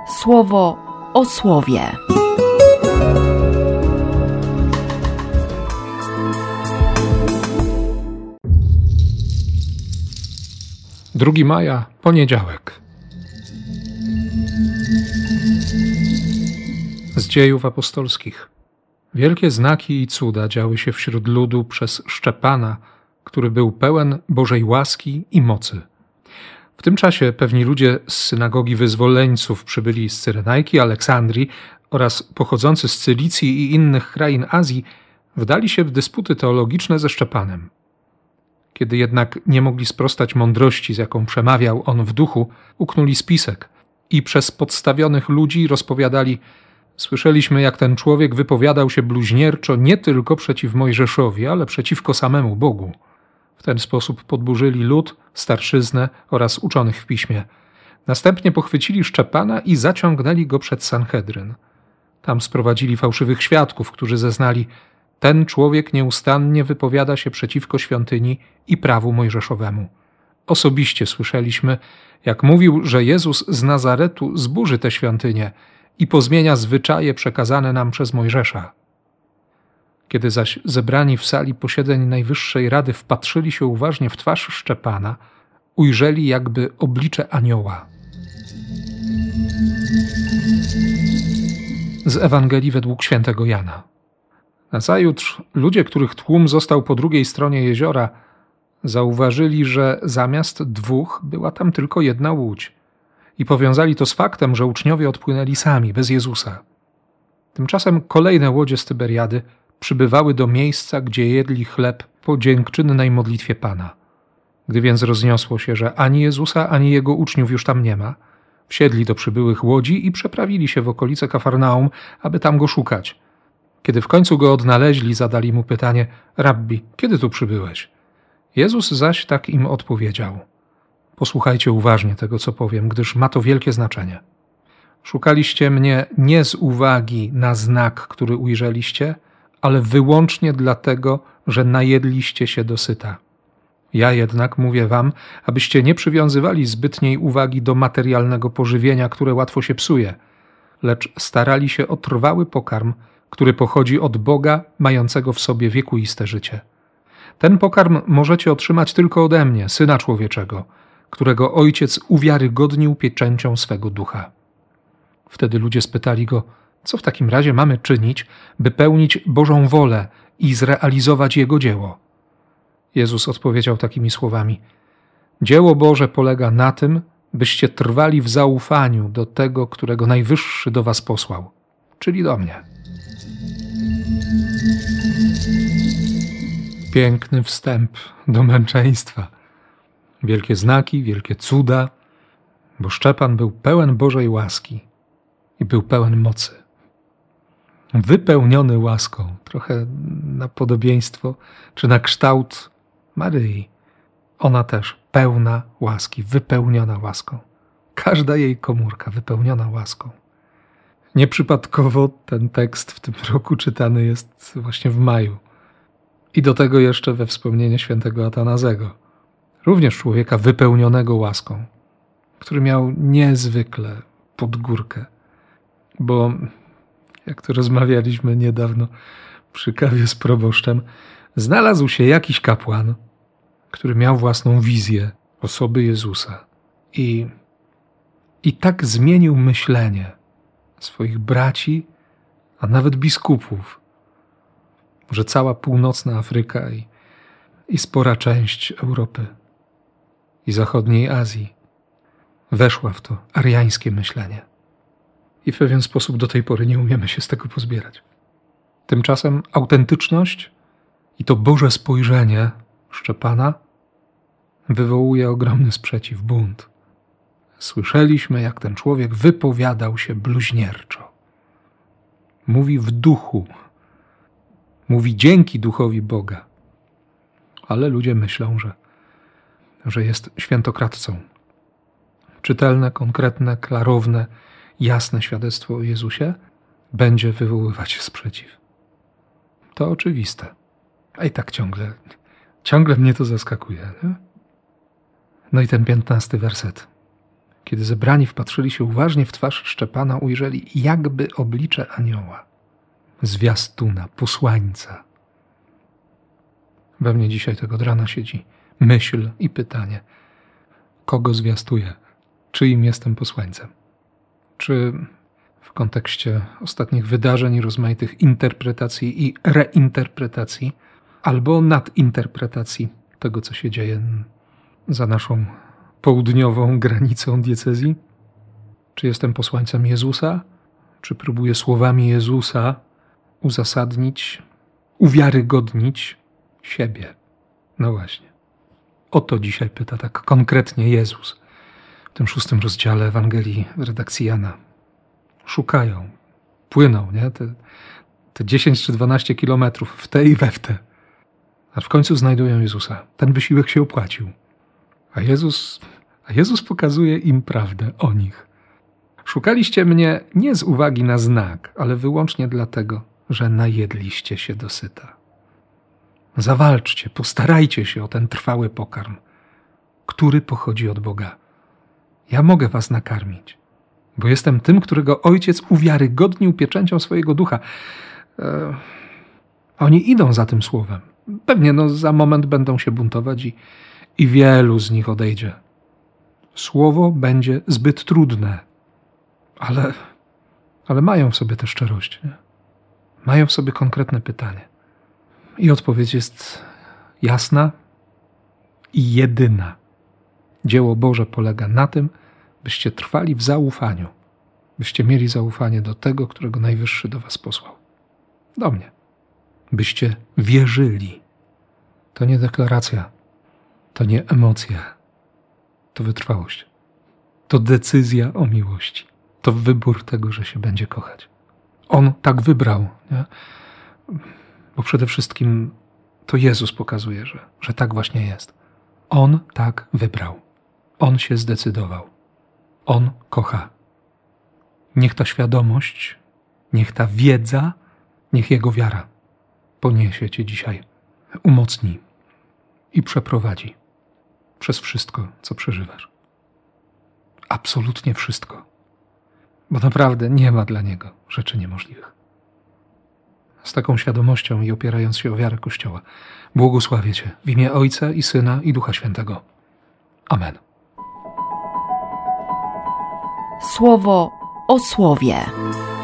Słowo o słowie. 2 maja, poniedziałek. Z Dziejów Apostolskich. Wielkie znaki i cuda działy się wśród ludu przez Szczepana, który był pełen Bożej łaski i mocy. W tym czasie pewni ludzie z synagogi wyzwoleńców przybyli z Cyrenajki, Aleksandrii oraz pochodzący z Cylicji i innych krain Azji wdali się w dysputy teologiczne ze Szczepanem. Kiedy jednak nie mogli sprostać mądrości, z jaką przemawiał on w duchu, uknuli spisek i przez podstawionych ludzi rozpowiadali: słyszeliśmy, jak ten człowiek wypowiadał się bluźnierczo nie tylko przeciw Mojżeszowi, ale przeciwko samemu Bogu. W ten sposób podburzyli lud, starszyznę oraz uczonych w piśmie. Następnie pochwycili Szczepana i zaciągnęli go przed Sanhedryn. Tam sprowadzili fałszywych świadków, którzy zeznali: ten człowiek nieustannie wypowiada się przeciwko świątyni i prawu mojżeszowemu. Osobiście słyszeliśmy, jak mówił, że Jezus z Nazaretu zburzy tę świątynię i pozmienia zwyczaje przekazane nam przez Mojżesza. Kiedy zaś zebrani w sali posiedzeń Najwyższej Rady wpatrzyli się uważnie w twarz Szczepana, ujrzeli jakby oblicze anioła. Z Ewangelii według świętego Jana. Nazajutrz ludzie, których tłum został po drugiej stronie jeziora, zauważyli, że zamiast 2 była tam tylko 1 łódź i powiązali to z faktem, że uczniowie odpłynęli sami, bez Jezusa. Tymczasem kolejne łodzie z Tyberiady przybywały do miejsca, gdzie jedli chleb po dziękczynnej modlitwie Pana. Gdy więc rozniosło się, że ani Jezusa, ani Jego uczniów już tam nie ma, wsiedli do przybyłych łodzi i przeprawili się w okolice Kafarnaum, aby tam go szukać. Kiedy w końcu go odnaleźli, zadali mu pytanie: Rabbi, kiedy tu przybyłeś? Jezus zaś tak im odpowiedział: posłuchajcie uważnie tego, co powiem, gdyż ma to wielkie znaczenie. Szukaliście mnie nie z uwagi na znak, który ujrzeliście, ale wyłącznie dlatego, że najedliście się dosyta. Ja jednak mówię wam, abyście nie przywiązywali zbytniej uwagi do materialnego pożywienia, które łatwo się psuje, lecz starali się o trwały pokarm, który pochodzi od Boga, mającego w sobie wiekuiste życie. Ten pokarm możecie otrzymać tylko ode mnie, Syna Człowieczego, którego Ojciec uwiarygodnił pieczęcią swego ducha. Wtedy ludzie spytali go: co w takim razie mamy czynić, by pełnić Bożą wolę i zrealizować Jego dzieło? Jezus odpowiedział takimi słowami: dzieło Boże polega na tym, byście trwali w zaufaniu do tego, którego Najwyższy do was posłał, czyli do mnie. Piękny wstęp do męczeństwa. Wielkie znaki, wielkie cuda, bo Szczepan był pełen Bożej łaski i był pełen mocy. Wypełniony łaską, trochę na podobieństwo czy na kształt Maryi. Ona też pełna łaski, wypełniona łaską. Każda jej komórka wypełniona łaską. Nieprzypadkowo ten tekst w tym roku czytany jest właśnie w maju. I do tego jeszcze we wspomnienie świętego Atanazego. Również człowieka wypełnionego łaską, który miał niezwykle pod górkę. Bo, jak to rozmawialiśmy niedawno przy kawie z proboszczem, znalazł się jakiś kapłan, który miał własną wizję osoby Jezusa. I tak zmienił myślenie swoich braci, a nawet biskupów, że cała północna Afryka i spora część Europy i zachodniej Azji weszła w to ariańskie myślenie. I w pewien sposób do tej pory nie umiemy się z tego pozbierać. Tymczasem autentyczność i to Boże spojrzenie Szczepana wywołuje ogromny sprzeciw, bunt. Słyszeliśmy, jak ten człowiek wypowiadał się bluźnierczo. Mówi w duchu. Mówi dzięki duchowi Boga. Ale ludzie myślą, że jest świętokradcą. Czytelne, konkretne, klarowne, jasne świadectwo o Jezusie będzie wywoływać sprzeciw. To oczywiste. A i tak ciągle mnie to zaskakuje. Nie? No i ten 15 werset. Kiedy zebrani wpatrzyli się uważnie w twarz Szczepana, ujrzeli jakby oblicze anioła, zwiastuna, posłańca. We mnie dzisiaj tego od rana siedzi myśl i pytanie, kogo zwiastuję, czyim jestem posłańcem? Czy w kontekście ostatnich wydarzeń i rozmaitych interpretacji i reinterpretacji, albo nadinterpretacji tego, co się dzieje za naszą południową granicą diecezji? Czy jestem posłańcem Jezusa? Czy próbuję słowami Jezusa uzasadnić, uwiarygodnić siebie? No właśnie. O to dzisiaj pyta tak konkretnie Jezus w tym 6 rozdziale Ewangelii w redakcji Jana. Szukają, płyną, nie? Te 10 czy 12 kilometrów w te i we w te. Aż w końcu znajdują Jezusa. Ten wysiłek się opłacił. A Jezus pokazuje im prawdę o nich. Szukaliście mnie nie z uwagi na znak, ale wyłącznie dlatego, że najedliście się dosyta. Zawalczcie, postarajcie się o ten trwały pokarm, który pochodzi od Boga. Ja mogę was nakarmić, bo jestem tym, którego Ojciec uwiarygodnił pieczęcią swojego ducha. Oni idą za tym słowem. Pewnie za moment będą się buntować i wielu z nich odejdzie. Słowo będzie zbyt trudne, ale mają w sobie tę szczerość. Nie? Mają w sobie konkretne pytanie. I odpowiedź jest jasna i jedyna. Dzieło Boże polega na tym, byście trwali w zaufaniu, byście mieli zaufanie do tego, którego Najwyższy do was posłał. Do mnie. Byście wierzyli. To nie deklaracja, to nie emocje, to wytrwałość. To decyzja o miłości. To wybór tego, że się będzie kochać. On tak wybrał, nie? Bo przede wszystkim to Jezus pokazuje, że tak właśnie jest. On tak wybrał. On się zdecydował. On kocha. Niech ta świadomość, niech ta wiedza, niech Jego wiara poniesie cię dzisiaj, umocni i przeprowadzi przez wszystko, co przeżywasz. Absolutnie wszystko. Bo naprawdę nie ma dla Niego rzeczy niemożliwych. Z taką świadomością i opierając się o wiarę Kościoła, błogosławię Cię w imię Ojca i Syna i Ducha Świętego. Amen. Słowo o słowie.